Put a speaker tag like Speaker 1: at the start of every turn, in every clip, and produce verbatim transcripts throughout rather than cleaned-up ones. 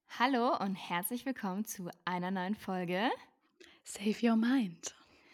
Speaker 1: Hallo und herzlich willkommen zu einer neuen Folge.
Speaker 2: Save your mind.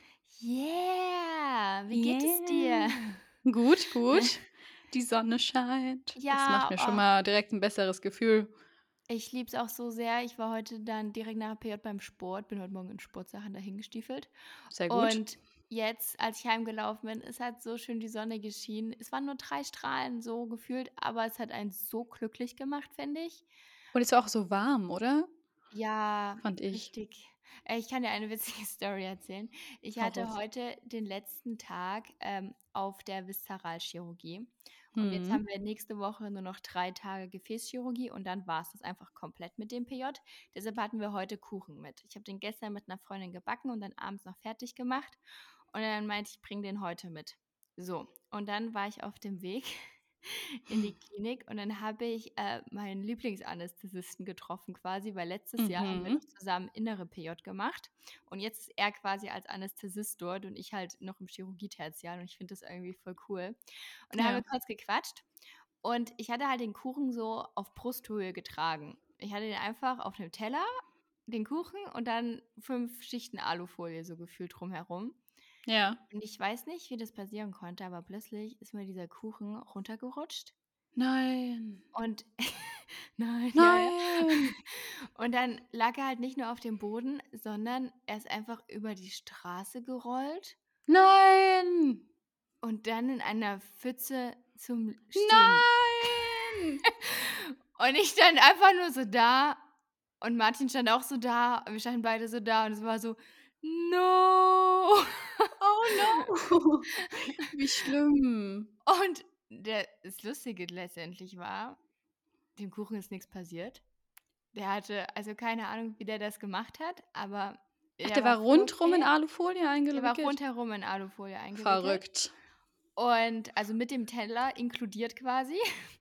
Speaker 1: Yeah, wie geht es dir?
Speaker 2: Yeah. Gut, gut. Die Sonne scheint. Das macht
Speaker 1: Ja,
Speaker 2: mir schon
Speaker 1: oh,
Speaker 2: mal direkt 'n besseres Gefühl.
Speaker 1: ich liebe es auch so sehr. Ich war heute dann direkt nach P J beim Sport, bin heute Morgen in Sportsachen dahin gestiefelt.
Speaker 2: Sehr gut.
Speaker 1: Und jetzt, als ich heimgelaufen bin, es hat so schön die Sonne geschienen. Es waren nur drei Strahlen so gefühlt, aber es hat einen so glücklich gemacht, finde ich.
Speaker 2: Und es war auch so warm, oder?
Speaker 1: Ja,
Speaker 2: Fand ich.
Speaker 1: richtig. Äh, ich kann dir eine witzige Story erzählen. Ich
Speaker 2: Hau
Speaker 1: hatte
Speaker 2: raus.
Speaker 1: heute den letzten Tag, ähm, auf der Viszeralchirurgie und jetzt
Speaker 2: Mhm.
Speaker 1: haben wir nächste Woche nur noch drei Tage Gefäßchirurgie und dann war es das einfach komplett mit dem P J. Deshalb hatten wir heute Kuchen mit. Ich habe den gestern mit einer Freundin gebacken und dann abends noch fertig gemacht und dann meinte ich, bringe den heute mit. So, und dann war ich auf dem Weg in die Klinik und dann habe ich, äh, meinen Lieblingsanästhesisten getroffen quasi, weil letztes Jahr haben wir
Speaker 2: Mhm.
Speaker 1: noch zusammen innere P J gemacht und jetzt ist er quasi als Anästhesist dort und ich halt noch im Chirurgie-Tertial und ich finde das irgendwie voll cool. Und da haben wir
Speaker 2: Ja.
Speaker 1: kurz gequatscht und ich hatte halt den Kuchen so auf Brusthöhe getragen. Ich hatte den einfach auf 'nem Teller, den Kuchen und dann fünf Schichten Alufolie so gefühlt drumherum.
Speaker 2: Ja.
Speaker 1: Und ich weiß nicht, wie das passieren konnte, aber plötzlich ist mir dieser Kuchen runtergerutscht
Speaker 2: Nein.
Speaker 1: und nein, ja, ja.
Speaker 2: Nein.
Speaker 1: Und dann lag er halt nicht nur auf dem Boden, sondern er ist einfach über die Straße gerollt
Speaker 2: Nein.
Speaker 1: und dann in einer Pfütze zum Stehen.
Speaker 2: Nein.
Speaker 1: Und ich stand einfach nur so da und Martin stand auch so da und wir standen beide so da und es war so: „No!“
Speaker 2: Oh no. Wie schlimm.
Speaker 1: Und der das Lustige letztendlich war, dem Kuchen ist nix passiert. Der hatte also keine Ahnung, wie der das gemacht hat, aber
Speaker 2: Ach,
Speaker 1: der
Speaker 2: der
Speaker 1: war
Speaker 2: war
Speaker 1: voll
Speaker 2: rundrum in
Speaker 1: okay.
Speaker 2: Alufolie
Speaker 1: Der war
Speaker 2: eingewickelt?
Speaker 1: rundherum in Alufolie eingewickelt
Speaker 2: Verrückt.
Speaker 1: und also mit dem Teller inkludiert quasi.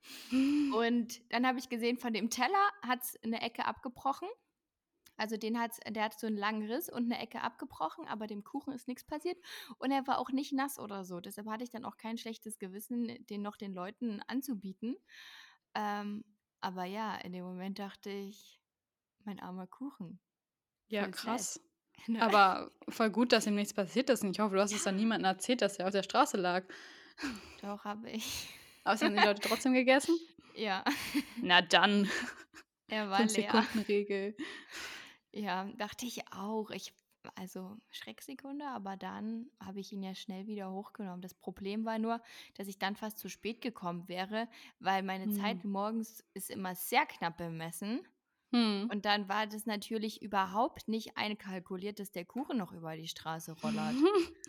Speaker 1: Und dann habe ich gesehen, von dem Teller hat's 'ne Ecke abgebrochen. Also den hat's der hat so 'n langen Riss und 'ne Ecke abgebrochen, aber dem Kuchen ist nix passiert und er war auch nicht nass oder so. Deshalb hatte ich dann auch kein schlechtes Gewissen, den noch den Leuten anzubieten. Ähm, aber ja, in dem Moment dachte ich: „Mein armer Kuchen,
Speaker 2: Ja,
Speaker 1: voll sad“,
Speaker 2: krass.
Speaker 1: ne?
Speaker 2: Aber voll gut, dass ihm nichts passiert ist und ich hoffe, du hast es dann niemandem erzählt, dass er auf der Straße lag.
Speaker 1: Doch, habe ich.
Speaker 2: Aber das haben die Leute trotzdem gegessen?
Speaker 1: Ja,
Speaker 2: Na dann.
Speaker 1: er war
Speaker 2: fünf
Speaker 1: leer.
Speaker 2: Sekunden Regel.
Speaker 1: Ja, dachte ich auch. Ich also, Schrecksekunde, aber dann habe ich ihn ja schnell wieder hochgenommen. Das Problem war nur, dass ich dann fast zu spät gekommen wäre, weil meine
Speaker 2: Mhm.
Speaker 1: Zeit morgens ist immer sehr knapp bemessen
Speaker 2: Mhm.
Speaker 1: und dann war das natürlich überhaupt nicht einkalkuliert, dass der Kuchen noch über die Straße rollert.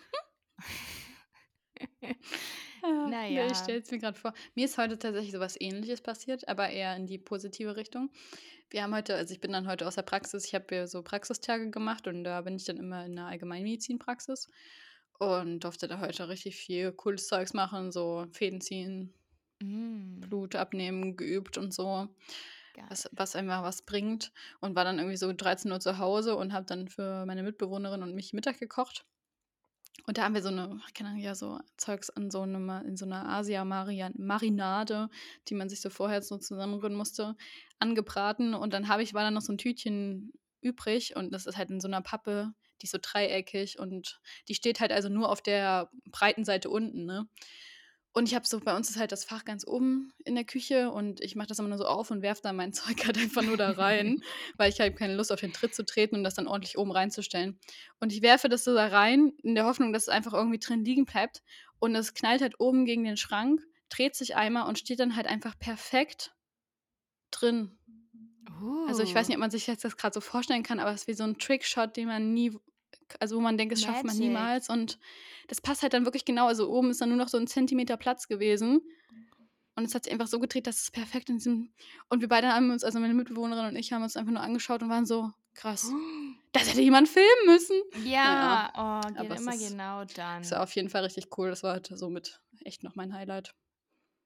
Speaker 2: Ja,
Speaker 1: Na
Speaker 2: ne, ich
Speaker 1: ja.
Speaker 2: stelle es mir grad vor. Mir ist heute tatsächlich so was Ähnliches passiert, aber eher in die positive Richtung. Wir haben heute also, ich bin dann heute aus der Praxis ich habe ja so Praxistage gemacht und da bin ich dann immer in 'ner Allgemeinmedizinpraxis und durfte da heute richtig viel cooles Zeugs machen, so Fäden ziehen,
Speaker 1: Mhm,
Speaker 2: Blut abnehmen geübt und so,
Speaker 1: geil.
Speaker 2: was was einfach was bringt und war dann irgendwie so dreizehn Uhr zu Hause und habe dann für meine Mitbewohnerin und mich Mittag gekocht. Und da haben wir so 'ne keine Ahnung, ja, so Zeugs an so 'nem in so 'ner Asia-Marian Marinade, die man sich so vorher so zusammenrühren musste, angebraten und dann habe ich war da noch so 'n Tütchen übrig und das ist halt in so 'ner Pappe, die ist so dreieckig und die steht halt also nur auf der breiten Seite unten, ne? Und ich habe so bei uns ist halt das Fach ganz oben in der Küche und ich mache das immer nur so auf und werfe dann mein Zeug halt einfach nur da rein, weil ich habe keine Lust, auf den Tritt zu treten und das dann ordentlich oben reinzustellen. Und ich werfe das so da rein, in der Hoffnung, dass es einfach irgendwie drin liegen bleibt und es knallt halt oben gegen den Schrank, dreht sich einmal und steht dann halt einfach perfekt drin. Also, ich weiß
Speaker 1: Uh,
Speaker 2: nicht, ob man sich jetzt das grad so vorstellen kann, aber es ist wie so 'n Trickshot, den man nie w also, wo man denkt, das schafft man
Speaker 1: Magic.
Speaker 2: niemals und das passt halt dann wirklich genau. Also, oben ist dann nur noch so 'n Zentimeter Platz gewesen und es hat sich einfach so gedreht, dass es perfekt in diesem und wir beide haben uns also, meine Mitbewohnerin und ich haben uns einfach nur angeschaut und waren so: „Krass, das hätte jemand filmen müssen.“ Na ja,
Speaker 1: Ja, oh, geht
Speaker 2: aber es
Speaker 1: immer
Speaker 2: ist
Speaker 1: genau
Speaker 2: es war
Speaker 1: dann.
Speaker 2: auf jeden Fall richtig cool. Das war heute somit echt noch mein Highlight.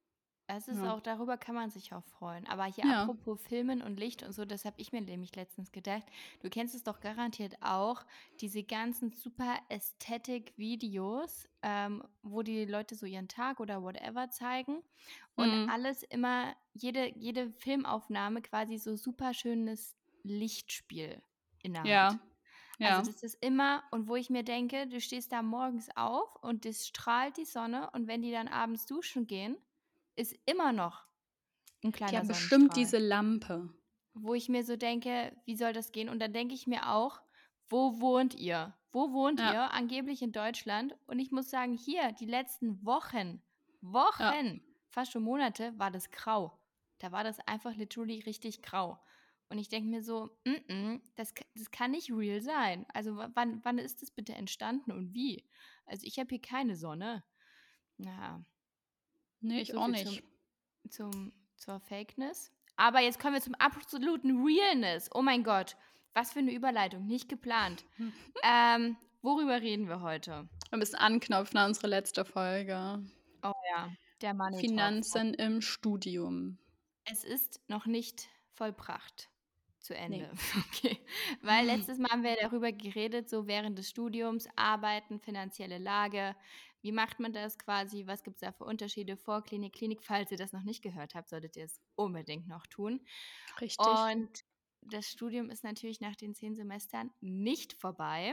Speaker 1: Es ist
Speaker 2: Ja.
Speaker 1: auch darüber kann man sich auch freuen. Aber hier
Speaker 2: Ja.
Speaker 1: apropos Filmen und Licht und so, das habe ich mir nämlich letztens gedacht. Du kennst es doch garantiert auch, diese ganzen super Ästhetik-Videos, ähm, wo die Leute so ihren Tag oder whatever zeigen und
Speaker 2: Mhm.
Speaker 1: alles immer, jede, jede Filmaufnahme quasi so super schönes Lichtspiel inne hat.
Speaker 2: Ja.
Speaker 1: Also
Speaker 2: Ja.
Speaker 1: das ist immer, und wo ich mir denke, du stehst da morgens auf und es strahlt die Sonne und wenn die dann abends duschen gehen, ist immer noch ein
Speaker 2: Die
Speaker 1: kleiner
Speaker 2: haben bestimmt
Speaker 1: Sonnenstrahl.
Speaker 2: diese Lampe.
Speaker 1: Wo ich mir so denke: „Wie soll das gehen?“ Und dann denke ich mir auch: „Wo wohnt ihr? Wo wohnt
Speaker 2: Ja.
Speaker 1: ihr?“ Angeblich in Deutschland. Und ich muss sagen, hier die letzten Wochen,
Speaker 2: Ja.
Speaker 1: Wochen, fast schon Monate, war das grau. Da war das einfach literally richtig grau. Und ich denke mir so: „Mm-mm, das k das kann nicht real sein.“ Also, wa wann wann ist das bitte entstanden und wie? Also, ich habe hier keine Sonne. Na ja,
Speaker 2: Ne, ich
Speaker 1: so
Speaker 2: auch
Speaker 1: viel zum
Speaker 2: nicht.
Speaker 1: zum zur Fakeness. Aber jetzt kommen wir zum absoluten Realness. Oh mein Gott, was für eine Überleitung, nicht geplant.
Speaker 2: Hm.
Speaker 1: Ähm, worüber reden wir heute?
Speaker 2: Wir müssen anknüpfen an unsere letzte Folge.
Speaker 1: Oh ja, der Money Talk.
Speaker 2: Finanzen im Studium.
Speaker 1: Es ist noch nicht vollbracht zu
Speaker 2: Ne.
Speaker 1: Ende. Okay. Weil letztes Mal haben wir darüber geredet, so während des Studiums, Arbeiten, finanzielle Lage. Wie macht man das quasi? Was gibt es da für Unterschiede? Vorklinik, Klinik. Falls ihr das noch nicht gehört habt, solltet ihr es unbedingt noch tun.
Speaker 2: Richtig.
Speaker 1: Und das Studium ist natürlich nach den zehn Semestern nicht vorbei,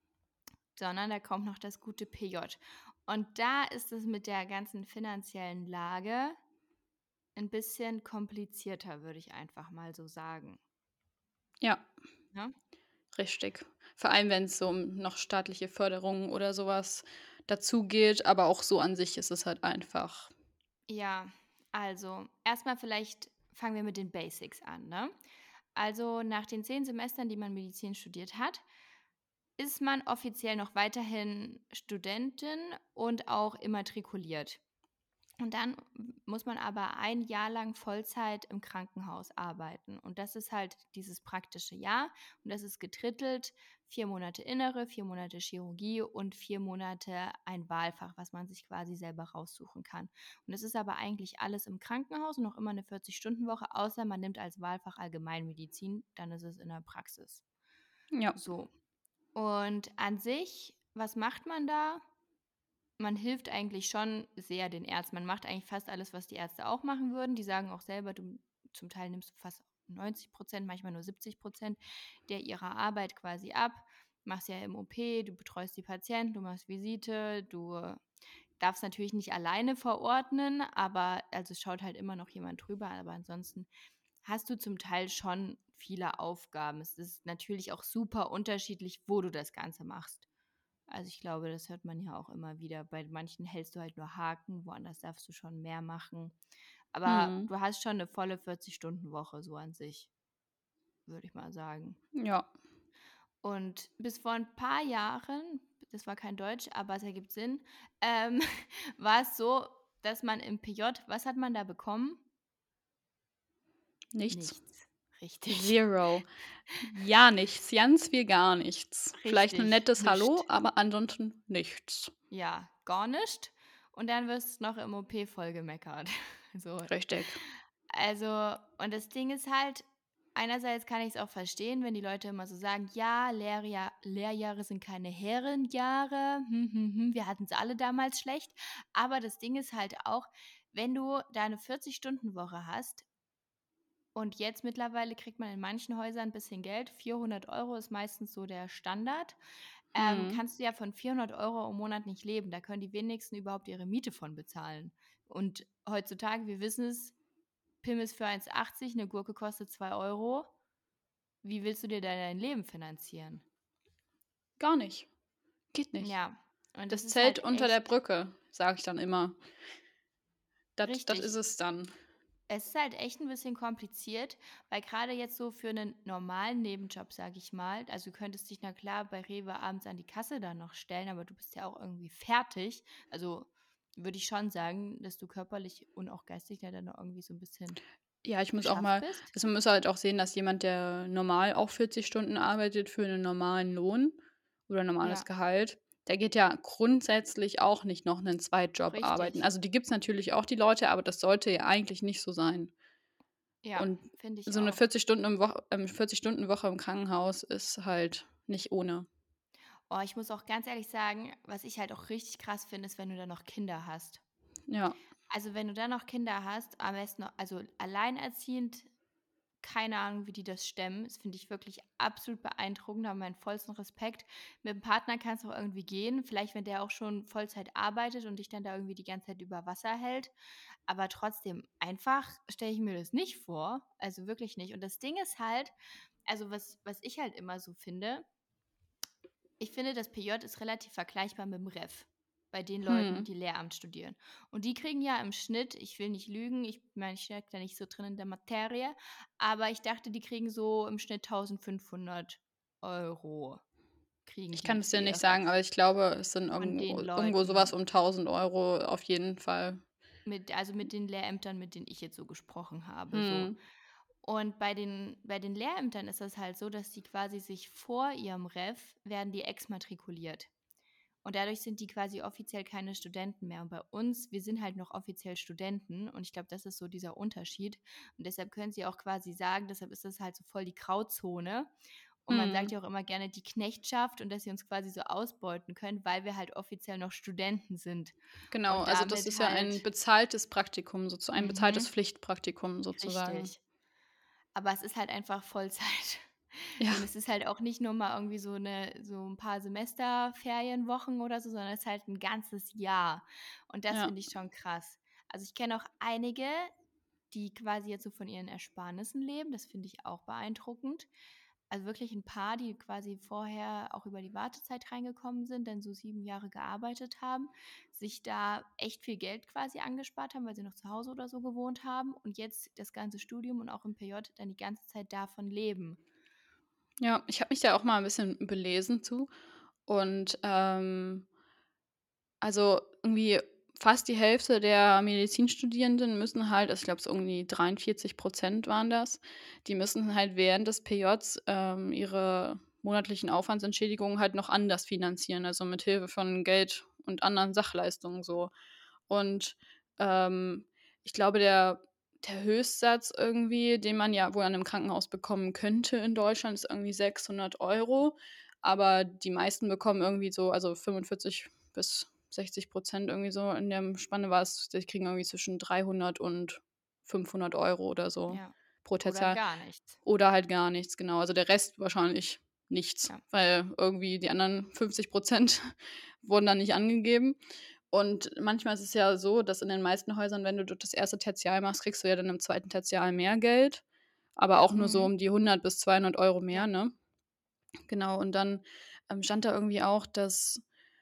Speaker 1: sondern da kommt noch das gute P J. Und da ist es mit der ganzen finanziellen Lage ein bisschen komplizierter, würde ich einfach mal so sagen,
Speaker 2: Ja,
Speaker 1: ne?
Speaker 2: richtig. Vor allem, wenn's so um noch staatliche Förderung oder so was dazugeht, aber auch so an sich ist es halt einfach
Speaker 1: Ja, also erst mal vielleicht fangen wir mit den Basics an, ne? Also, nach den zehn Semestern, die man Medizin studiert hat, ist man offiziell noch weiterhin Studentin und auch immatrikuliert. Und dann muss man aber ein Jahr lang Vollzeit im Krankenhaus arbeiten. Und das ist halt dieses praktische Jahr. Und das ist gedrittelt. Vier Monate Innere, vier Monate Chirurgie und vier Monate ein Wahlfach, was man sich quasi selber raussuchen kann. Und das ist aber eigentlich alles im Krankenhaus und noch immer eine vierzig-Stunden-Woche, außer man nimmt als Wahlfach Allgemeinmedizin, dann ist es in der Praxis.
Speaker 2: ja.
Speaker 1: So. Und an sich, was macht man da? Man hilft eigentlich schon sehr den Ärzten. Man macht eigentlich fast alles, was die Ärzte auch machen würden. Die sagen auch selber, du zum Teil nimmst du fast neunzig Prozent, manchmal nur siebzig Prozent der ihrer Arbeit quasi ab. Machst ja im O P, du betreust die Patienten, du machst Visite, du darfst natürlich nicht alleine verordnen, aber also es schaut halt immer noch jemand drüber, aber ansonsten hast du zum Teil schon viele Aufgaben. Es ist natürlich auch super unterschiedlich, wo du das Ganze machst. Also, ich glaube, das hört man ja auch immer wieder. Bei manchen hältst du halt nur Haken, woanders darfst du schon mehr machen. Aber
Speaker 2: Mhm.
Speaker 1: du hast schon eine volle vierzig-Stunden-Woche so an sich, würde ich mal sagen.
Speaker 2: Ja.
Speaker 1: Und bis vor ein paar Jahren, das war kein Deutsch, aber es ergibt Sinn, ähm, war es so, dass man im P J, was hat man da bekommen?
Speaker 2: Nichts.
Speaker 1: Nichts. Richtig.
Speaker 2: Zero. Ja, nichts. Ganz viel gar nichts. Vielleicht 'n
Speaker 1: Richtig.
Speaker 2: nettes Hallo,
Speaker 1: Nischt.
Speaker 2: aber ansonsten nichts.
Speaker 1: Ja, gar nicht. Und dann wirst du noch im O P voll gemeckert. So.
Speaker 2: Richtig.
Speaker 1: Also, und das Ding ist halt, einerseits kann ich es auch verstehen, wenn die Leute immer so sagen: „Ja, Lehrjahr Lehrjahre sind keine Herrenjahre. Hm, hm, hm, wir hatten es alle damals schlecht.“ Aber das Ding ist halt auch, wenn du da 'ne vierzig-Stunden-Woche hast und jetzt mittlerweile kriegt man in manchen Häusern 'n bisschen Geld, vierhundert Euro ist meistens so der Standard, ähm,
Speaker 2: Mhm.
Speaker 1: kannst du ja von vierhundert Euro im Monat nicht leben. Da können die wenigsten überhaupt ihre Miete von bezahlen. Und heutzutage, wir wissen es, Pommes für eins achtzig, 'ne Gurke kostet zwei Euro. Wie willst du dir da dein Leben finanzieren?
Speaker 2: Gar nicht. Geht nicht.
Speaker 1: Ja, und das
Speaker 2: Das
Speaker 1: ist
Speaker 2: Zelt
Speaker 1: halt
Speaker 2: unter der
Speaker 1: echt
Speaker 2: Brücke, sage ich dann immer. Das das ist
Speaker 1: richtig.
Speaker 2: es dann.
Speaker 1: Es ist halt echt 'n bisschen kompliziert, weil grade jetzt so für 'nen normalen Nebenjob, sage ich mal, also, du könntest dich, na klar, bei Rewe abends an die Kasse dann noch stellen, aber du bist ja auch irgendwie fertig. Also, würde ich schon sagen, dass du körperlich und auch geistig ja dann noch irgendwie so 'n bisschen
Speaker 2: Ja, ich muss auch
Speaker 1: geschafft
Speaker 2: mal
Speaker 1: bist.
Speaker 2: also, man muss halt auch sehen, dass jemand, der normal auch vierzig Stunden arbeitet für 'nen normalen Lohn oder normales
Speaker 1: Ja.
Speaker 2: Gehalt, der geht ja grundsätzlich auch nicht noch 'nen Zweitjob arbeiten.
Speaker 1: Richtig.
Speaker 2: Also, die gibt's natürlich auch, die Leute, aber das sollte ja eigentlich nicht so sein.
Speaker 1: Ja,
Speaker 2: Und
Speaker 1: finde ich
Speaker 2: so 'ne
Speaker 1: auch.
Speaker 2: vierzig Stunden im Woch ähm, vierzig-Stunden-Woche im Krankenhaus ist halt nicht ohne.
Speaker 1: Oh, ich muss auch ganz ehrlich sagen, was ich halt auch richtig krass finde, ist, wenn du dann noch Kinder hast.
Speaker 2: Ja.
Speaker 1: Also, wenn du dann noch Kinder hast, am besten noch also, alleinerziehend, keine Ahnung, wie die das stemmen. Das finde ich wirklich absolut beeindruckend, da meinen vollsten Respekt. Mit dem Partner kann's auch irgendwie gehen, vielleicht, wenn der auch schon Vollzeit arbeitet und dich dann da irgendwie die ganze Zeit über Wasser hält. Aber trotzdem, einfach stelle ich mir das nicht vor, also wirklich nicht. Und das Ding ist halt also, was was ich halt immer so finde ich finde, das PJ ist relativ vergleichbar mit dem Ref bei den Leuten,
Speaker 2: Mhm.
Speaker 1: die Lehramt studieren. Und die kriegen ja im Schnitt ich will nicht lügen, ich meine, ich stecke da nicht so drin in der Materie, aber ich dachte, die kriegen so im Schnitt tausendfünfhundert Euro kriegen
Speaker 2: Ich
Speaker 1: die
Speaker 2: kann es
Speaker 1: für
Speaker 2: dir nicht
Speaker 1: ihr
Speaker 2: sagen,
Speaker 1: Ref
Speaker 2: aber ich glaube, es sind
Speaker 1: von den
Speaker 2: irgendwo irgendwo so was
Speaker 1: Leuten
Speaker 2: um tausend Euro auf jeden Fall.
Speaker 1: mit also, mit den Lehrämtern, mit denen ich jetzt so gesprochen habe, so.
Speaker 2: Mhm.
Speaker 1: Und bei den bei den Lehrämtern ist das halt so, dass die quasi sich vor ihrem Ref werden die exmatrikuliert. Und dadurch sind die quasi offiziell keine Studenten mehr. Und bei uns wir sind halt noch offiziell Studenten und ich glaube, das ist so dieser Unterschied. Und deshalb können sie auch quasi sagen deshalb ist das halt so voll die Grauzone. Und man sagt
Speaker 2: Mhm.
Speaker 1: ja auch immer gerne die Knechtschaft und dass sie uns quasi so ausbeuten können, weil wir halt offiziell noch Studenten sind.
Speaker 2: Genau,
Speaker 1: Und
Speaker 2: also, das
Speaker 1: damit
Speaker 2: ist ja ein
Speaker 1: halt
Speaker 2: bezahltes Praktikum, sozu ein bezahltes
Speaker 1: Mhm.
Speaker 2: Pflichtpraktikum sozusagen.
Speaker 1: Richtig. Aber es ist halt einfach Vollzeit.
Speaker 2: Ja.
Speaker 1: Und es ist halt auch nicht nur mal irgendwie so 'ne so 'n paar Semesterferienwochen oder so, sondern es ist halt 'n ganzes Jahr. Und das
Speaker 2: Ja.
Speaker 1: finde ich schon krass. Also, ich kenne auch einige, die quasi jetzt so von ihren Ersparnissen leben. Das finde ich auch beeindruckend. Also, wirklich 'n paar, die quasi vorher auch über die Wartezeit reingekommen sind, dann so sieben Jahre gearbeitet haben, sich da echt viel Geld quasi angespart haben, weil sie noch zu Hause oder so gewohnt haben und jetzt das ganze Studium und auch im PJ dann die ganze Zeit davon leben.
Speaker 2: Ja, ich habe mich da auch mal 'n bisschen belesen zu und, ähm also, irgendwie fast die Hälfte der Medizinstudierenden müssen halt also, ich glaube, so irgendwie dreiundvierzig Prozent waren das, die müssen halt während des PJs, ähm, ihre monatlichen Aufwandsentschädigungen halt noch anders finanzieren, also, mit Hilfe von Geld und anderen Sachleistungen so. Und, ähm, ich glaube, der der Höchstsatz irgendwie, den man ja wohl an 'nem Krankenhaus bekommen könnte in Deutschland, ist irgendwie sechshundert Euro, aber die meisten bekommen irgendwie so also, fünfundvierzig bis sechzig Prozent irgendwie so in der Spanne war es die kriegen irgendwie zwischen dreihundert und fünfhundert Euro oder so
Speaker 1: Ja.
Speaker 2: pro
Speaker 1: Oder
Speaker 2: Tertial
Speaker 1: gar nichts.
Speaker 2: oder halt gar nichts, genau. Also, der Rest wahrscheinlich nichts,
Speaker 1: Ja.
Speaker 2: weil irgendwie die anderen fünfzig Prozent wurden da nicht angegeben. Und manchmal ist es ja so, dass in den meisten Häusern, wenn du dort das erste Tertial machst, kriegst du ja dann im zweiten Tertial mehr Geld, aber auch nur so
Speaker 1: Mhm.
Speaker 2: um die hundert bis zweihundert Euro mehr,
Speaker 1: Ja.
Speaker 2: ne? Genau, und dann, ähm, stand da irgendwie auch, dass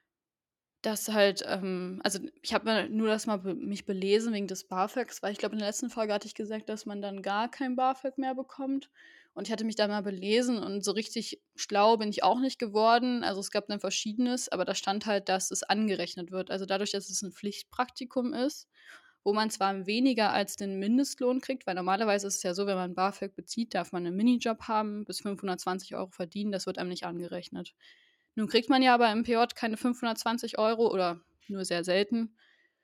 Speaker 2: dass halt, ähm also, ich habe mir nur das mal be mich belesen wegen des BAföGs, weil ich glaube, in der letzten Folge hatte ich gesagt, dass man dann gar kein BAföG mehr bekommt. Und ich hatte mich da mal belesen und so richtig schlau bin ich auch nicht geworden. Also, es gab dann Verschiedenes, aber da stand halt, dass es angerechnet wird. Also, dadurch, dass es 'n Pflichtpraktikum ist, wo man zwar weniger als den Mindestlohn kriegt, weil normalerweise ist es ja so, wenn man BAföG bezieht, darf man 'nen Minijob haben, bis fünfhundertzwanzig Euro verdienen, das wird einem nicht angerechnet. Nun kriegt man ja aber im PJ keine fünfhundertzwanzig Euro oder nur sehr selten.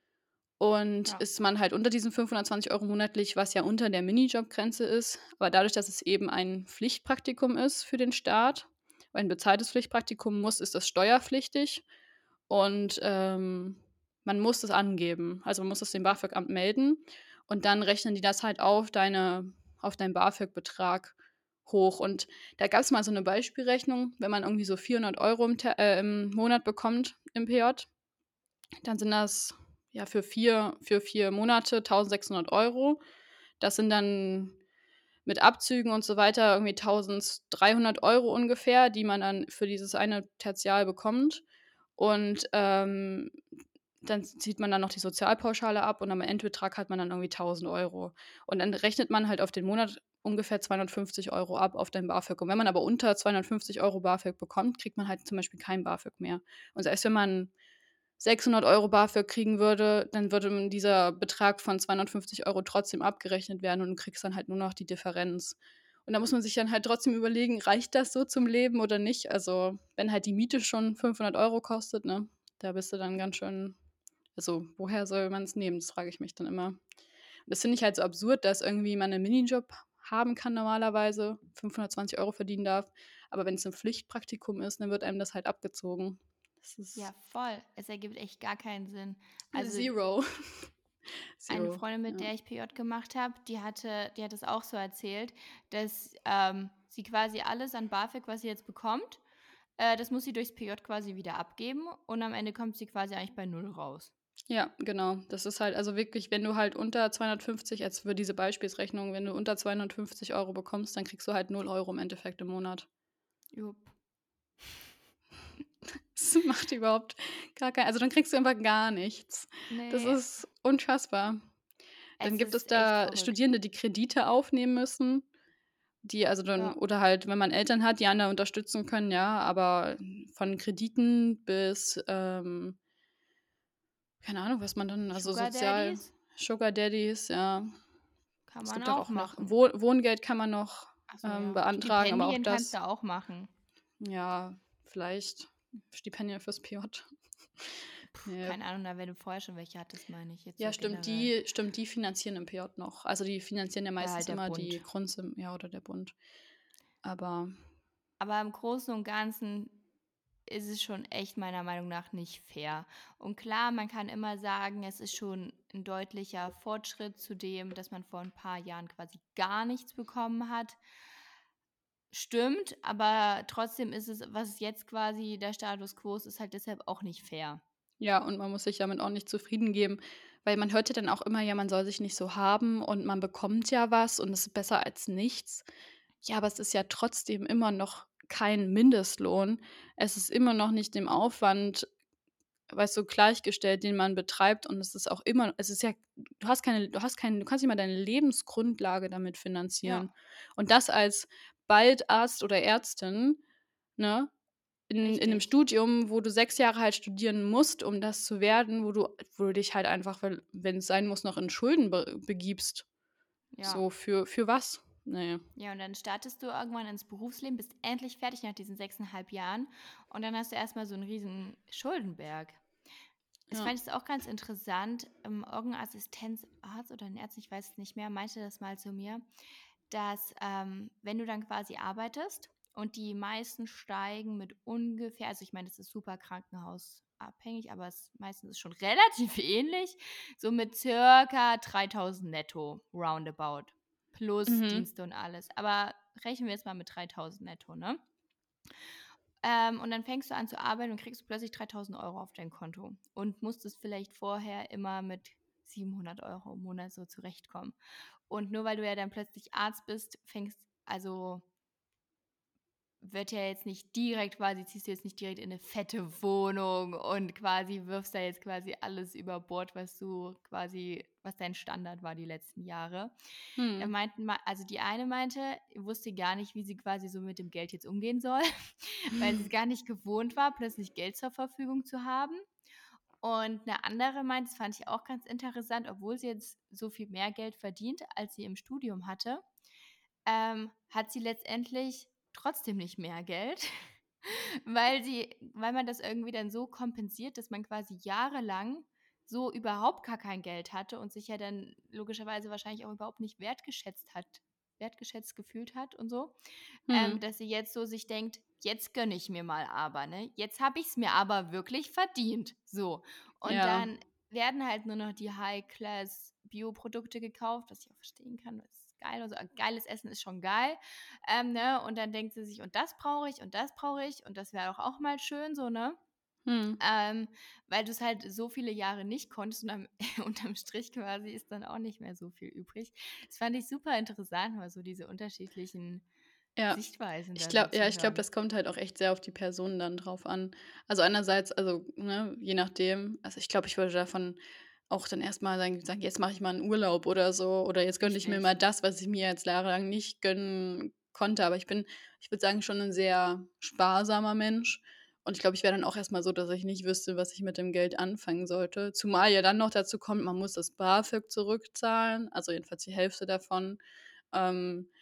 Speaker 2: Und
Speaker 1: Ja.
Speaker 2: ist man halt unter diesen fünfhundertzwanzig Euro monatlich, was ja unter der Minijobgrenze ist, aber dadurch, dass es eben ein Pflichtpraktikum ist für den Staat ein bezahltes Pflichtpraktikum muss, ist das steuerpflichtig und, ähm, man muss das angeben. Also, man muss das dem BAföG-Amt melden und dann rechnen die das halt auf deine auf deinen BAföG-Betrag hoch. Und da gab's mal so 'ne Beispielrechnung, wenn man irgendwie so vierhundert Euro im Te äh, im Monat bekommt im PJ, dann sind das, ja, für vier für vier Monate tausendsechshundert Euro. Das sind dann mit Abzügen und so weiter irgendwie tausenddreihundert Euro ungefähr, die man dann für dieses eine Tertial bekommt. Und, ähm, dann z zieht man dann noch die Sozialpauschale ab und am Endbetrag hat man dann irgendwie tausend Euro. Und dann rechnet man halt auf den Monat ungefähr zweihundertfünfzig Euro ab auf dein BAföG. Und wenn man aber unter zweihundertfünfzig Euro BAföG bekommt, kriegt man halt zum Beispiel kein BAföG mehr. Und selbst wenn man sechshundert Euro BAföG kriegen würde, dann würde m dieser Betrag von zweihundertfünfzig Euro trotzdem abgerechnet werden und du kriegst dann halt nur noch die Differenz. Und da muss man sich dann halt trotzdem überlegen, reicht das so zum Leben oder nicht? Also, wenn halt die Miete schon fünfhundert Euro kostet, ne, da bist du dann ganz schön also, woher soll man es nehmen? Das frage ich mich dann immer. Und das finde ich halt so absurd, dass irgendwie man 'nen Minijob haben kann normalerweise, fünfhundertzwanzig Euro verdienen darf, aber wenn es ein Pflichtpraktikum ist, dann wird einem das halt abgezogen. Das
Speaker 1: Ja,
Speaker 2: ist
Speaker 1: voll. Es ergibt echt gar keinen Sinn. Also
Speaker 2: Zero.
Speaker 1: eine
Speaker 2: Zero,
Speaker 1: Freundin, mit
Speaker 2: ja.
Speaker 1: der ich P J gemacht habe, die hatte die hat es auch so erzählt, dass, ähm, sie quasi alles an BAföG, was sie jetzt bekommt, äh, das muss sie durchs P J quasi wieder abgeben und am Ende kommt sie quasi eigentlich bei null raus.
Speaker 2: Ja, genau. Das ist halt also wirklich, wenn du halt unter zweihundertfünfzig jetzt für diese Beispielsrechnung, wenn du unter zweihundertfünfzig Euro bekommst, dann kriegst du halt null Euro im Endeffekt im Monat.
Speaker 1: Jupp.
Speaker 2: Das macht überhaupt gar kein also, dann kriegst du einfach gar nichts. Das
Speaker 1: Ne,
Speaker 2: ist unfassbar. Dann
Speaker 1: es
Speaker 2: gibt es
Speaker 1: ist echt
Speaker 2: da
Speaker 1: verrückt.
Speaker 2: Studierende, die Kredite aufnehmen müssen, die also dann
Speaker 1: Ja,
Speaker 2: oder halt, wenn man Eltern hat, die einen da unterstützen können, ja, aber von Krediten bis, ähm keine Ahnung, was man dann also
Speaker 1: Sugar
Speaker 2: sozial
Speaker 1: Daddies
Speaker 2: Sugar Daddies, ja.
Speaker 1: kann
Speaker 2: Es
Speaker 1: man
Speaker 2: gibt doch
Speaker 1: auch
Speaker 2: auch noch
Speaker 1: machen.
Speaker 2: Woh Wohngeld kann man noch,
Speaker 1: Ach so,
Speaker 2: ähm,
Speaker 1: ja.
Speaker 2: beantragen, aber auch
Speaker 1: Stipendien kannst
Speaker 2: das
Speaker 1: du auch machen.
Speaker 2: ja, vielleicht Stipendien fürs P J.
Speaker 1: Puh,
Speaker 2: Ne.
Speaker 1: keine Ahnung, na, wenn du vorher schon welche hattest, meine ich jetzt
Speaker 2: Ja,
Speaker 1: so
Speaker 2: stimmt,
Speaker 1: generell.
Speaker 2: die stimmt, die finanzieren im P J noch. Also, die finanzieren ja
Speaker 1: Oder
Speaker 2: meistens
Speaker 1: halt der
Speaker 2: immer die
Speaker 1: Bund.
Speaker 2: Grundsim ja, oder der Bund. Aber
Speaker 1: Aber im Großen und Ganzen ist es schon echt meiner Meinung nach nicht fair. Und klar, man kann immer sagen, es ist schon ein deutlicher Fortschritt zu dem, dass man vor ein paar Jahren quasi gar nichts bekommen hat. Stimmt, aber trotzdem ist es, was jetzt quasi der Status quo ist, ist halt deshalb auch nicht fair.
Speaker 2: ja, und man muss sich damit auch nicht zufrieden geben, weil man hört ja dann auch immer: „Ja, man soll sich nicht so haben und man bekommt ja was und es ist besser als nichts.“ Ja, aber es ist ja trotzdem immer noch kein Mindestlohn. Es ist immer noch nicht dem Aufwand, weißt du, gleichgestellt, den man betreibt und es ist auch immer es ist ja du hast keine du hast keinen du kannst nicht mal deine Lebensgrundlage damit
Speaker 1: Ja,
Speaker 2: finanzieren. Und das als bald Arzt oder Ärztin, ne, in in 'nem
Speaker 1: richtig.
Speaker 2: Studium, wo du sechs Jahre halt studieren musst, um das zu werden, wo du wo du dich halt einfach, wenn wenn's sein muss, noch in Schulden be begibst.
Speaker 1: Ja.
Speaker 2: So für für was? Ne.
Speaker 1: Ja, und dann startest du irgendwann ins Berufsleben, bist endlich fertig nach diesen sechseinhalb Jahren und dann hast du erst mal so einen riesen Schuldenberg. Es
Speaker 2: Ja.
Speaker 1: fand ich auch ganz interessant, ähm, irgendein Assistenzarzt oder 'n Arzt, ich weiß es nicht mehr, meinte das mal zu mir, dass, ähm, wenn du dann quasi arbeitest und die meisten steigen mit ungefähr also, ich meine, das ist super krankenhausabhängig, aber es meistens ist schon relativ ähnlich, so mit circa dreitausend netto roundabout plus
Speaker 2: Mhm.
Speaker 1: Dienste und alles. Aber rechnen wir jetzt mal mit dreitausend netto, ne? Ähm, und dann fängst du an zu arbeiten und kriegst plötzlich dreitausend Euro auf dein Konto und musstest vielleicht vorher immer mit siebenhundert Euro im Monat so zurechtkommen. Und nur weil du ja dann plötzlich Arzt bist, fängst also wird ja jetzt nicht direkt quasi ziehst du jetzt nicht direkt in eine fette Wohnung und quasi wirfst da jetzt quasi alles über Bord, was du quasi was dein Standard war die letzten Jahre. Da
Speaker 2: Mhm.
Speaker 1: meinten ma also die eine meinte, wusste gar nicht, wie sie quasi so mit dem Geld jetzt umgehen soll, weil sie es gar nicht gewohnt war, plötzlich Geld zur Verfügung zu haben. Und eine andere meint, das fand ich auch ganz interessant, obwohl sie jetzt so viel mehr Geld verdient, als sie im Studium hatte, ähm, hat sie letztendlich trotzdem nicht mehr Geld, weil sie weil man das irgendwie dann so kompensiert, dass man quasi jahrelang so überhaupt gar kein Geld hatte und sich ja dann logischerweise wahrscheinlich auch überhaupt nicht wertgeschätzt hat wertgeschätzt gefühlt hat und so, ähm,
Speaker 2: Mhm.
Speaker 1: dass sie jetzt so sich denkt: „Jetzt gönne ich mir mal aber, ne? Jetzt habe ich es mir aber wirklich verdient“, so. Und
Speaker 2: Ja.
Speaker 1: dann werden halt nur noch die High-Class-Bioprodukte gekauft, was ich auch verstehen kann, das ist geil, also, geiles Essen ist schon geil, ähm, ne? Und dann denkt sie sich: „Und das brauche ich und das brauche ich und das wäre doch auch mal schön“, so, ne?
Speaker 2: Mhm.
Speaker 1: Ähm, weil du es halt so viele Jahre nicht konntest und am unterm Strich quasi ist dann auch nicht mehr so viel übrig. Das fand ich super interessant, mal so diese unterschiedlichen
Speaker 2: Ja.
Speaker 1: Sichtweisen
Speaker 2: Ich
Speaker 1: da so
Speaker 2: glaube ja,
Speaker 1: zu
Speaker 2: ich glaube,
Speaker 1: hören.
Speaker 2: das kommt halt auch echt sehr auf die Person dann drauf an. Also, einerseits also, ne, je nachdem also, ich glaube, ich würde davon auch dann erst mal sagen sagen: „Jetzt mache ich mal 'n Urlaub“ oder so oder „Jetzt gönne ich mir
Speaker 1: Richtig.
Speaker 2: mal das, was ich mir jetzt jahrelang nicht gönnen konnte.“ Aber ich bin, ich würde sagen, schon 'n sehr sparsamer Mensch und ich glaube, ich wäre dann auch erst mal so, dass ich nicht wüsste, was ich mit dem Geld anfangen sollte. Zumal ja dann noch dazu kommt, man muss das BAföG zurückzahlen, also jedenfalls die Hälfte davon. Ähm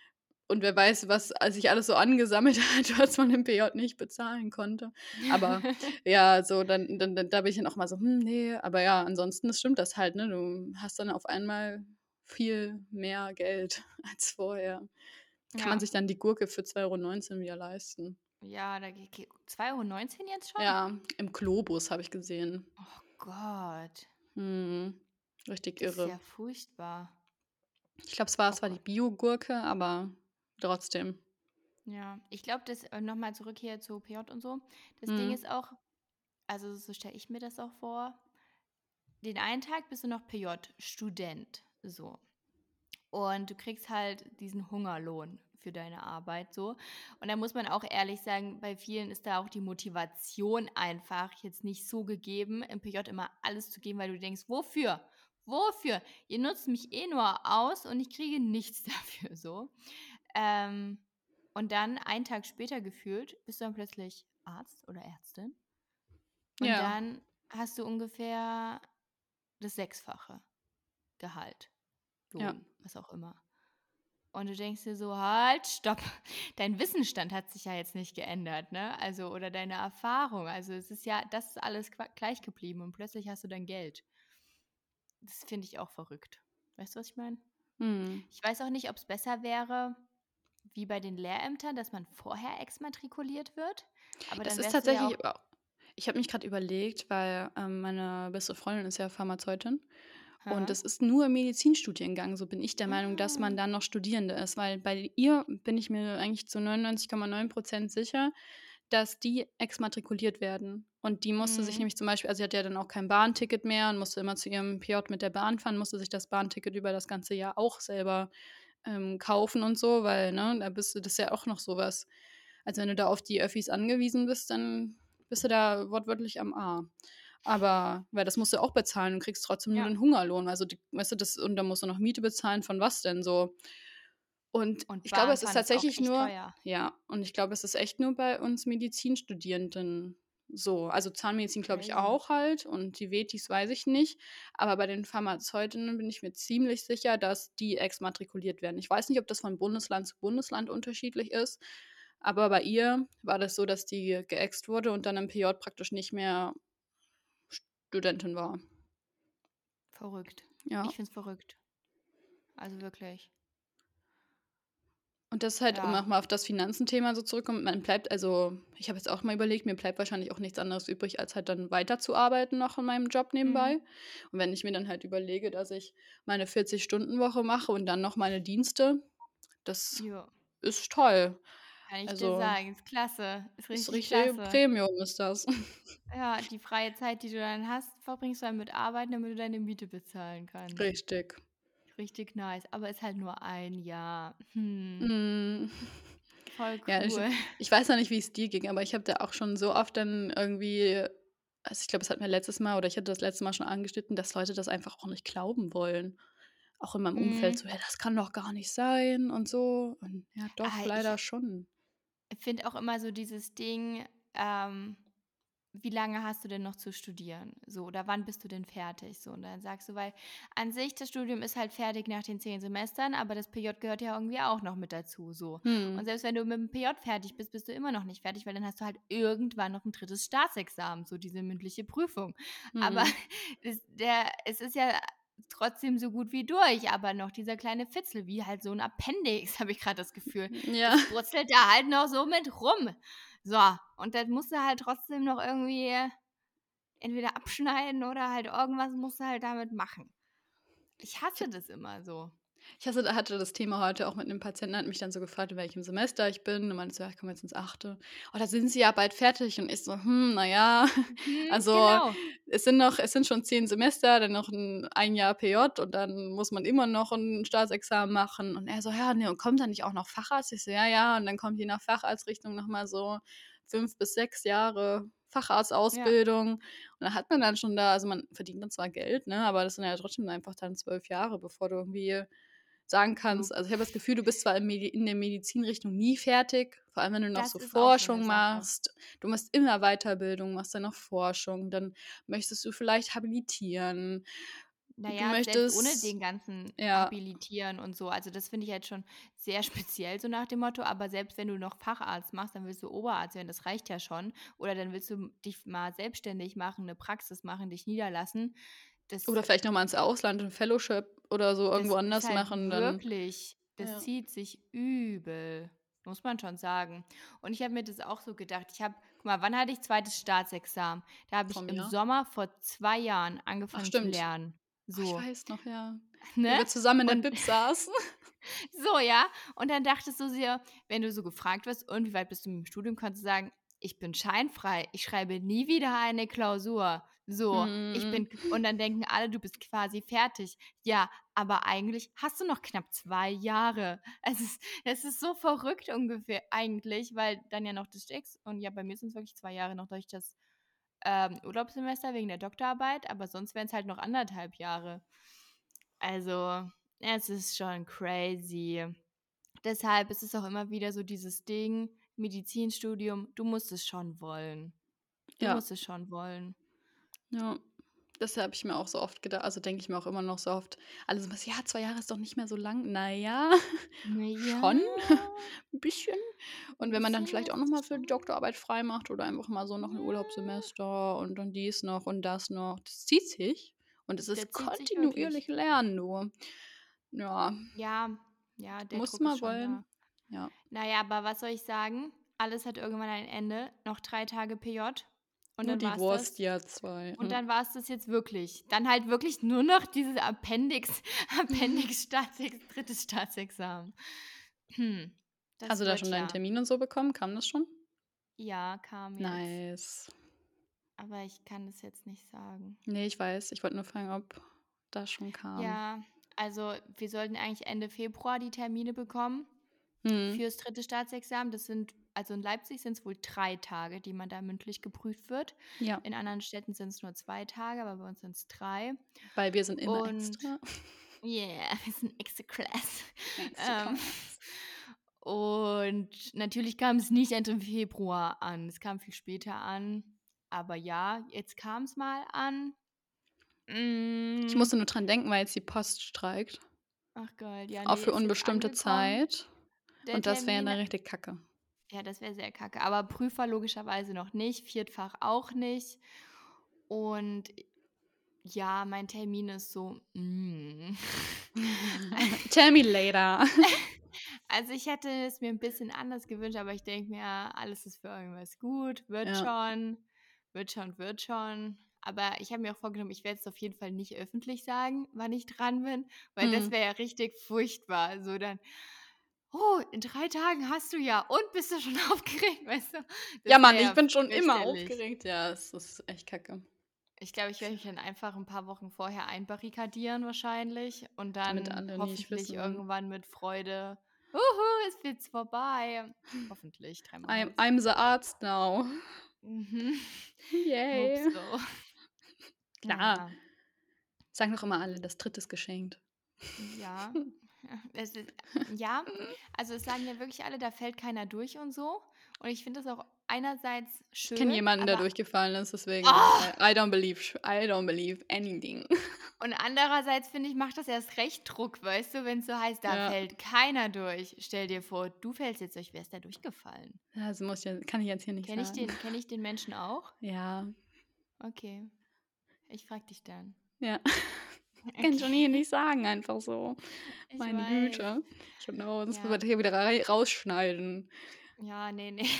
Speaker 2: und wer weiß, was a sich alles so angesammelt hat, was man im P J nicht bezahlen konnte. Aber ja, so dann dann dann da bin ich dann auch mal so: „Hm, ne." Aber ja, ansonsten stimmt das halt, ne? Du hast dann auf einmal viel mehr Geld als vorher. Kann man
Speaker 1: Ja,
Speaker 2: sich dann die Gurke für zwei Euro neunzehn wieder leisten.
Speaker 1: ja, da ge ge zwei Euro neunzehn jetzt schon?
Speaker 2: Ja, im Globus habe ich gesehen.
Speaker 1: Oh Gott,
Speaker 2: Mhm. Richtig
Speaker 1: das ist
Speaker 2: irre.
Speaker 1: ja furchtbar.
Speaker 2: Ich glaube, es war
Speaker 1: Oh
Speaker 2: zwar die
Speaker 1: Gott.
Speaker 2: Biogurke, aber trotzdem.
Speaker 1: Ja, ich glaube, das äh, noch mal zurück hier zu P J und so. Das Ding
Speaker 2: Mhm.
Speaker 1: ist auch, also so stelle ich mir das auch vor, den einen Tag bist du noch P J-Student, so. Und du kriegst halt diesen Hungerlohn für deine Arbeit so. Und da muss man auch ehrlich sagen, bei vielen ist da auch die Motivation einfach jetzt nicht so gegeben, im P J immer alles zu geben, weil du denkst: „Wofür? Wofür? Ihr nutzt mich eh nur aus und ich kriege nichts dafür“, so. Ähm, und dann einen Tag später gefühlt bist du dann plötzlich Arzt oder Ärztin und
Speaker 2: Ja,
Speaker 1: dann hast du ungefähr das Sechsfache Gehalt,
Speaker 2: ja,
Speaker 1: Lohn, was auch immer. Und du denkst dir so: „Halt, stopp. Dein Wissensstand hat sich ja jetzt nicht geändert, ne? Also oder deine Erfahrung. Also, es ist ja das ist alles qua gleich geblieben und plötzlich hast du dann Geld.“ Das finde ich auch verrückt. Weißt du, was ich meine?
Speaker 2: mhm.
Speaker 1: Ich weiß auch nicht, ob es besser wäre, wie bei den Lehrämtern, dass man vorher exmatrikuliert wird, aber
Speaker 2: Das
Speaker 1: dann
Speaker 2: ist
Speaker 1: wärst du ja auch
Speaker 2: tatsächlich a ich habe mich grad überlegt, weil, ähm, meine beste Freundin ist ja Pharmazeutin und
Speaker 1: hä?
Speaker 2: das ist nur im Medizinstudiengang. So bin ich der Meinung, dass man
Speaker 1: Ah,
Speaker 2: dann noch Studierende ist, weil bei ihr bin ich mir eigentlich zu neunundneunzig Komma neun sicher, dass die exmatrikuliert werden. Und die musste sich
Speaker 1: mhm,
Speaker 2: nämlich zum Beispiel, also sie hat ja dann auch kein Bahnticket mehr und musste immer zu ihrem P J mit der Bahn fahren, musste sich das Bahnticket über das ganze Jahr auch selber, ähm, kaufen und so, weil, ne, da bist du das ist ja auch noch so was. Also, wenn du da auf die Öffis angewiesen bist, dann bist du da wortwörtlich am A. Aber weil das musst du auch bezahlen und kriegst trotzdem nur
Speaker 1: ja.
Speaker 2: den Hungerlohn. Also, die weißt du, das und dann musst du noch Miete bezahlen von was denn so? Und
Speaker 1: Und
Speaker 2: ich glaube, es ist
Speaker 1: Bahnfahren ist auch
Speaker 2: tatsächlich
Speaker 1: echt
Speaker 2: nur
Speaker 1: teuer.
Speaker 2: ja, und ich glaube, es ist echt nur bei uns Medizinstudierenden so. Also, Zahnmedizin glaube ich
Speaker 1: Crazy.
Speaker 2: auch halt und die Vetis weiß ich nicht, aber bei den Pharmazeutinnen bin ich mir ziemlich sicher, dass die exmatrikuliert werden. Ich weiß nicht, ob das von Bundesland zu Bundesland unterschiedlich ist, aber bei ihr war das so, dass die geext wurde und dann im P J praktisch nicht mehr Studentin war.
Speaker 1: Verrückt.
Speaker 2: Ja.
Speaker 1: Ich finde es verrückt. Also wirklich.
Speaker 2: Und das ist halt, um
Speaker 1: Ja.
Speaker 2: noch mal auf das Finanzenthema so zurückkommen, man bleibt also ich habe jetzt auch mal überlegt, mir bleibt wahrscheinlich auch nichts anderes übrig, als halt dann weiterzuarbeiten noch in meinem Job
Speaker 1: Mhm.
Speaker 2: nebenbei. Und wenn ich mir dann halt überlege, dass ich meine vierzig-Stunden-Woche mache und dann noch meine Dienste, das
Speaker 1: Ja.
Speaker 2: ist toll.
Speaker 1: Kann ich dir
Speaker 2: Also,
Speaker 1: sagen. Ist klasse. Ist
Speaker 2: ist
Speaker 1: richtig
Speaker 2: richtig
Speaker 1: klasse.
Speaker 2: Premium ist das.
Speaker 1: Ja, die freie Zeit, die du dann hast, verbringst du dann mit Arbeiten, damit du deine Miete bezahlen kannst.
Speaker 2: Richtig.
Speaker 1: Richtig nice. Aber ist halt nur ein Jahr. Hm.
Speaker 2: Mhm.
Speaker 1: Voll
Speaker 2: Ja, ich
Speaker 1: cool.
Speaker 2: ich weiß noch nicht, wie es dir ging, aber ich habe da auch schon so oft dann irgendwie also, ich glaube, es hat mir letztes Mal oder ich hatte das letzte Mal schon angeschnitten, dass Leute das einfach auch nicht glauben wollen. Auch in meinem Umfeld
Speaker 1: Mhm.
Speaker 2: so: „Ja, das kann doch gar nicht sein" und so. Und ja, doch,
Speaker 1: Ah, ich
Speaker 2: leider schon.
Speaker 1: finde auch immer so dieses Ding, ähm wie lange hast du denn noch zu studieren? So, oder wann bist du denn fertig? So, und dann sagst du, weil an sich das Studium ist halt fertig nach den zehn Semestern, aber das P J gehört ja irgendwie auch noch mit dazu, so. Und
Speaker 2: Mhm.
Speaker 1: selbst wenn du mit dem P J fertig bist, bist du immer noch nicht fertig, weil dann hast du halt irgendwann noch ein drittes Staatsexamen, so diese mündliche Prüfung. Aber
Speaker 2: Mhm.
Speaker 1: es der es ist ja trotzdem so gut wie durch, aber noch dieser kleine Fitzel, wie halt so ein Appendix, habe ich gerade das Gefühl.
Speaker 2: Ja.
Speaker 1: Das brutzelt da halt noch so mit rum. So, und dann musst du halt trotzdem noch irgendwie entweder abschneiden oder halt irgendwas musst du halt damit machen. Ich
Speaker 2: Ich
Speaker 1: hasse das immer so.
Speaker 2: Ich hatte hatte das Thema heute auch mit 'nem Patienten, der hat mich dann so gefragt, in welchem Semester ich bin und meinte so: „Ja, ich komme jetzt ins achte." „Oh, da sind Sie ja bald fertig." Und ich so: „Hm, na ja,
Speaker 1: Mhm,
Speaker 2: also,
Speaker 1: genau.
Speaker 2: es sind noch es sind schon zehn Semester, dann noch 'n ein Jahr P J und dann muss man immer noch 'n Staatsexamen machen." Und er so: „Ja, ne, und kommt dann nicht auch noch Facharzt?" Ich so: „Ja, ja." Und dann kommt je nach Facharztrichtung noch mal so fünf bis sechs Jahre
Speaker 1: Ja,
Speaker 2: Facharztausbildung. Und da hat man dann schon da also, man verdient dann zwar Geld, ne, aber das sind ja trotzdem einfach dann zwölf Jahre, bevor du irgendwie sagen
Speaker 1: du,
Speaker 2: kannst also, ich habe das Gefühl, du bist zwar im Medi in der Medizinrichtung nie fertig, vor allem wenn du noch
Speaker 1: das
Speaker 2: so
Speaker 1: ist auch so 'ne
Speaker 2: Forschung
Speaker 1: Sache.
Speaker 2: machst. Du machst immer Weiterbildung, machst dann noch Forschung, dann möchtest du vielleicht habilitieren.
Speaker 1: Na
Speaker 2: Du
Speaker 1: ja, selbst ohne
Speaker 2: möchtest
Speaker 1: den ganzen
Speaker 2: ja,
Speaker 1: Habilitieren und so. Also, das finde ich jetzt schon sehr speziell so nach dem Motto, aber selbst wenn du noch Facharzt machst, dann willst du Oberarzt werden, das reicht ja schon. Oder dann willst du m dich mal selbstständig machen, 'ne Praxis machen, dich niederlassen. Das
Speaker 2: oder vielleicht noch mal ins Ausland 'n Fellowship oder so irgendwo
Speaker 1: das ist
Speaker 2: anders
Speaker 1: halt
Speaker 2: machen, dann
Speaker 1: wirklich das
Speaker 2: ja.
Speaker 1: zieht sich übel, muss man schon sagen. Und ich habe mir das auch so gedacht. Ich habe guck mal, wann hatte ich zweites Staatsexamen? Da habe ich
Speaker 2: Vom
Speaker 1: im
Speaker 2: Jahr?
Speaker 1: Sommer vor zwei Jahren
Speaker 2: Ach
Speaker 1: angefangen zu
Speaker 2: stimmt.
Speaker 1: lernen.
Speaker 2: Ach, ich
Speaker 1: So,
Speaker 2: weiß noch, ja. Wie
Speaker 1: ne?
Speaker 2: wir zusammen in der
Speaker 1: Und
Speaker 2: Bib saßen.
Speaker 1: so, ja. Und dann dachtest du dir, wenn du so gefragt wirst: „Und wie weit bist du mit dem Studium?", kannst du sagen: „Ich bin scheinfrei. Ich schreibe nie wieder eine Klausur." So, ich
Speaker 2: Mhm.
Speaker 1: bin k und dann denken alle, du bist quasi fertig. Ja, aber eigentlich hast du noch knapp zwei Jahre. Es ist es ist so verrückt ungefähr eigentlich, weil dann ja noch das Steaks und ja, bei mir sind's wirklich zwei Jahre noch durch das, ähm, Urlaubssemester wegen der Doktorarbeit, aber sonst wären's halt noch anderthalb Jahre. Also, es ist schon crazy. Deshalb ist es auch immer wieder so dieses Ding, Medizinstudium, du musst es schon wollen. Du
Speaker 2: Ja,
Speaker 1: musst es schon wollen.
Speaker 2: ja. Das habe ich mir auch so oft gedacht, also, denke ich mir auch immer noch so oft. Alle so: „Ja, zwei Jahre ist doch nicht mehr so lang." Na ja,
Speaker 1: Na ja,
Speaker 2: schon, 'n bisschen.
Speaker 1: 'n
Speaker 2: Und wenn man dann
Speaker 1: bisschen
Speaker 2: vielleicht auch
Speaker 1: ist
Speaker 2: noch
Speaker 1: es
Speaker 2: mal für die
Speaker 1: schon.
Speaker 2: Doktorarbeit freimacht oder einfach mal so noch 'n
Speaker 1: Ja,
Speaker 2: Urlaubssemester und dann dies noch und das noch. Das zieht sich und es ist
Speaker 1: der zieht sich wirklich.
Speaker 2: kontinuierlich Lernen, du. Ja,
Speaker 1: Ja, ja, der
Speaker 2: muss
Speaker 1: Druck ist
Speaker 2: mal
Speaker 1: schon
Speaker 2: wollen.
Speaker 1: da.
Speaker 2: Ja.
Speaker 1: Na ja, aber was soll ich sagen? Alles hat irgendwann ein Ende. Noch drei Tage P J und
Speaker 2: Nur
Speaker 1: dann
Speaker 2: die
Speaker 1: war's
Speaker 2: Wurst,
Speaker 1: das.
Speaker 2: Jahr zwei.
Speaker 1: Und dann war's das jetzt wirklich. Dann halt wirklich nur noch dieses Appendix
Speaker 2: Mhm.
Speaker 1: Appendix Staatsex drittes Staatsexamen. Hm,
Speaker 2: Hast du
Speaker 1: das
Speaker 2: da
Speaker 1: wird
Speaker 2: schon deinen
Speaker 1: ja.
Speaker 2: Termin und so bekommen? Kam das schon?
Speaker 1: Ja, kam jetzt,
Speaker 2: Nice.
Speaker 1: aber ich kann das jetzt nicht sagen.
Speaker 2: Ne, ich weiß. Ich wollte nur fragen, ob das schon kam.
Speaker 1: Ja, also wir sollten eigentlich Ende Februar die Termine bekommen
Speaker 2: Mhm.
Speaker 1: fürs dritte Staatsexamen. Das sind also in Leipzig sind es wohl drei Tage, die man da mündlich geprüft wird.
Speaker 2: Ja,
Speaker 1: In anderen Städten sind es nur zwei Tage, aber bei uns sind es drei.
Speaker 2: weil wir sind immer
Speaker 1: Und
Speaker 2: extra.
Speaker 1: yeah, wir sind extra class.
Speaker 2: Extra
Speaker 1: Ähm,
Speaker 2: Class.
Speaker 1: und natürlich kam es nicht Ende Februar an. Es kam viel später an. Aber ja, jetzt kam es mal an.
Speaker 2: Ich
Speaker 1: Hm.
Speaker 2: musste nur dran denken, weil jetzt die Post streikt.
Speaker 1: Ach Gott, ja,
Speaker 2: Auch
Speaker 1: ne,
Speaker 2: für
Speaker 1: ist jetzt
Speaker 2: unbestimmte
Speaker 1: angekommen,
Speaker 2: Zeit.
Speaker 1: der
Speaker 2: Und das wäre ja
Speaker 1: Termin.
Speaker 2: dann richtig kacke.
Speaker 1: Ja, das wäre sehr kacke. Aber Prüfer logischerweise noch nicht, Viertfach auch nicht. Und ja, mein Termin ist so, hm.
Speaker 2: Tell me later.
Speaker 1: Also, ich hätte es mir 'n bisschen anders gewünscht, aber ich denke mir: „Alles ist für irgendwas gut, wird
Speaker 2: Ja.
Speaker 1: schon, wird schon, wird schon." Aber ich habe mir auch vorgenommen, ich werde es auf jeden Fall nicht öffentlich sagen, wann ich dran bin, weil das
Speaker 2: Mhm.
Speaker 1: wäre ja richtig furchtbar. So dann: „Oh, in drei Tagen hast du ja und bist du schon aufgeregt?" Weißt du?
Speaker 2: Ja,
Speaker 1: Das
Speaker 2: Mann,
Speaker 1: wäre
Speaker 2: ich
Speaker 1: ja
Speaker 2: bin schon immer
Speaker 1: fürchterlich.
Speaker 2: aufgeregt. Ja, es ist echt kacke.
Speaker 1: Ich glaube, ich werde mich dann einfach 'n paar Wochen vorher einbarrikadieren wahrscheinlich und
Speaker 2: Damit
Speaker 1: dann
Speaker 2: alle nicht
Speaker 1: hoffentlich
Speaker 2: wissen.
Speaker 1: irgendwann mit Freude: „Uhu, ist jetzt vorbei." Hoffentlich, dreimal
Speaker 2: I'm
Speaker 1: heiß.
Speaker 2: I'm the Arzt now.
Speaker 1: Mhm. Hope
Speaker 2: Yay.
Speaker 1: so. Na
Speaker 2: Klar.
Speaker 1: ja,
Speaker 2: Sagen doch immer alle, das Dritte ist geschenkt.
Speaker 1: ja. Ja, es ist ja, also, es sagen ja wirklich alle, da fällt keiner durch und so. Und ich finde das auch einerseits
Speaker 2: Ich kenne
Speaker 1: schön,
Speaker 2: jemanden, der
Speaker 1: aber
Speaker 2: durchgefallen ist, deswegen
Speaker 1: ah!
Speaker 2: I I don't believe sh I don't believe anything.
Speaker 1: Und andererseits finde ich, macht das erst recht Druck, weißt du, wenn's so heißt, da
Speaker 2: Ja.
Speaker 1: fällt keiner durch. Stell dir vor, du fällst jetzt durch, wer ist da durchgefallen?
Speaker 2: Ja, das muss ich ja kann ich jetzt hier nicht
Speaker 1: Kenne ich
Speaker 2: sagen.
Speaker 1: den kenne ich den Menschen auch?
Speaker 2: Ja,
Speaker 1: Okay, ich frage dich dann.
Speaker 2: ja. Kann ich schon hier
Speaker 1: Okay,
Speaker 2: nicht sagen, einfach so.
Speaker 1: ich
Speaker 2: Meine
Speaker 1: weiß.
Speaker 2: Güte. Schon oh, das
Speaker 1: Ja,
Speaker 2: wird hier wieder rei rausschneiden.
Speaker 1: ja, ne, ne.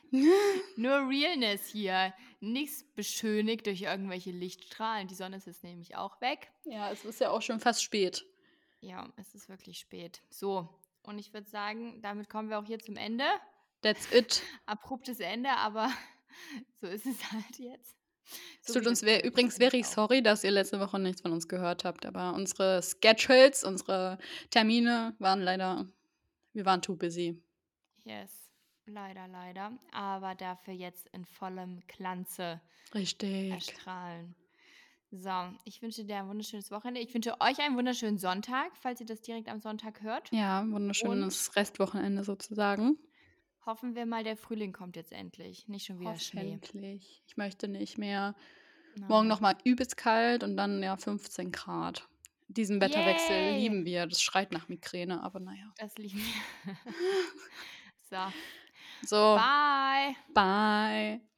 Speaker 1: Nur Realness hier. Nichts beschönigt durch irgendwelche Lichtstrahlen. Die Sonne ist jetzt nämlich auch weg.
Speaker 2: Ja, es ist ja auch schon fast spät.
Speaker 1: Ja, es ist wirklich spät. So, und ich würde sagen, damit kommen wir auch hier zum Ende.
Speaker 2: That's it.
Speaker 1: Abruptes Ende, aber so ist es halt jetzt.
Speaker 2: Es
Speaker 1: So
Speaker 2: tut
Speaker 1: wie
Speaker 2: uns
Speaker 1: das
Speaker 2: ver
Speaker 1: gehört sich
Speaker 2: übrigens
Speaker 1: nämlich
Speaker 2: very
Speaker 1: auch.
Speaker 2: sorry, dass ihr letzte Woche nichts von uns gehört habt, aber unsere Schedules, unsere Termine waren leider wir waren too busy.
Speaker 1: Yes, leider, leider. Aber dafür jetzt in vollem Glanze
Speaker 2: Richtig.
Speaker 1: erstrahlen. So, ich wünsche dir ein wunderschönes Wochenende. Ich wünsche euch einen wunderschönen Sonntag, falls ihr das direkt am Sonntag hört.
Speaker 2: Ja,
Speaker 1: Und
Speaker 2: wunderschönes Restwochenende sozusagen.
Speaker 1: hoffen wir mal, der Frühling kommt jetzt endlich. Nicht schon wieder Schnee.
Speaker 2: Hoffentlich. Ich möchte nicht mehr. Morgen noch
Speaker 1: Nein.
Speaker 2: mal übelst kalt und dann, ja, fünfzehn Grad. Diesen Wetterwechsel
Speaker 1: Yay!
Speaker 2: lieben wir. Das schreit nach Migräne, aber na ja.
Speaker 1: Das lieben wir. So.
Speaker 2: So,
Speaker 1: Bye.
Speaker 2: bye.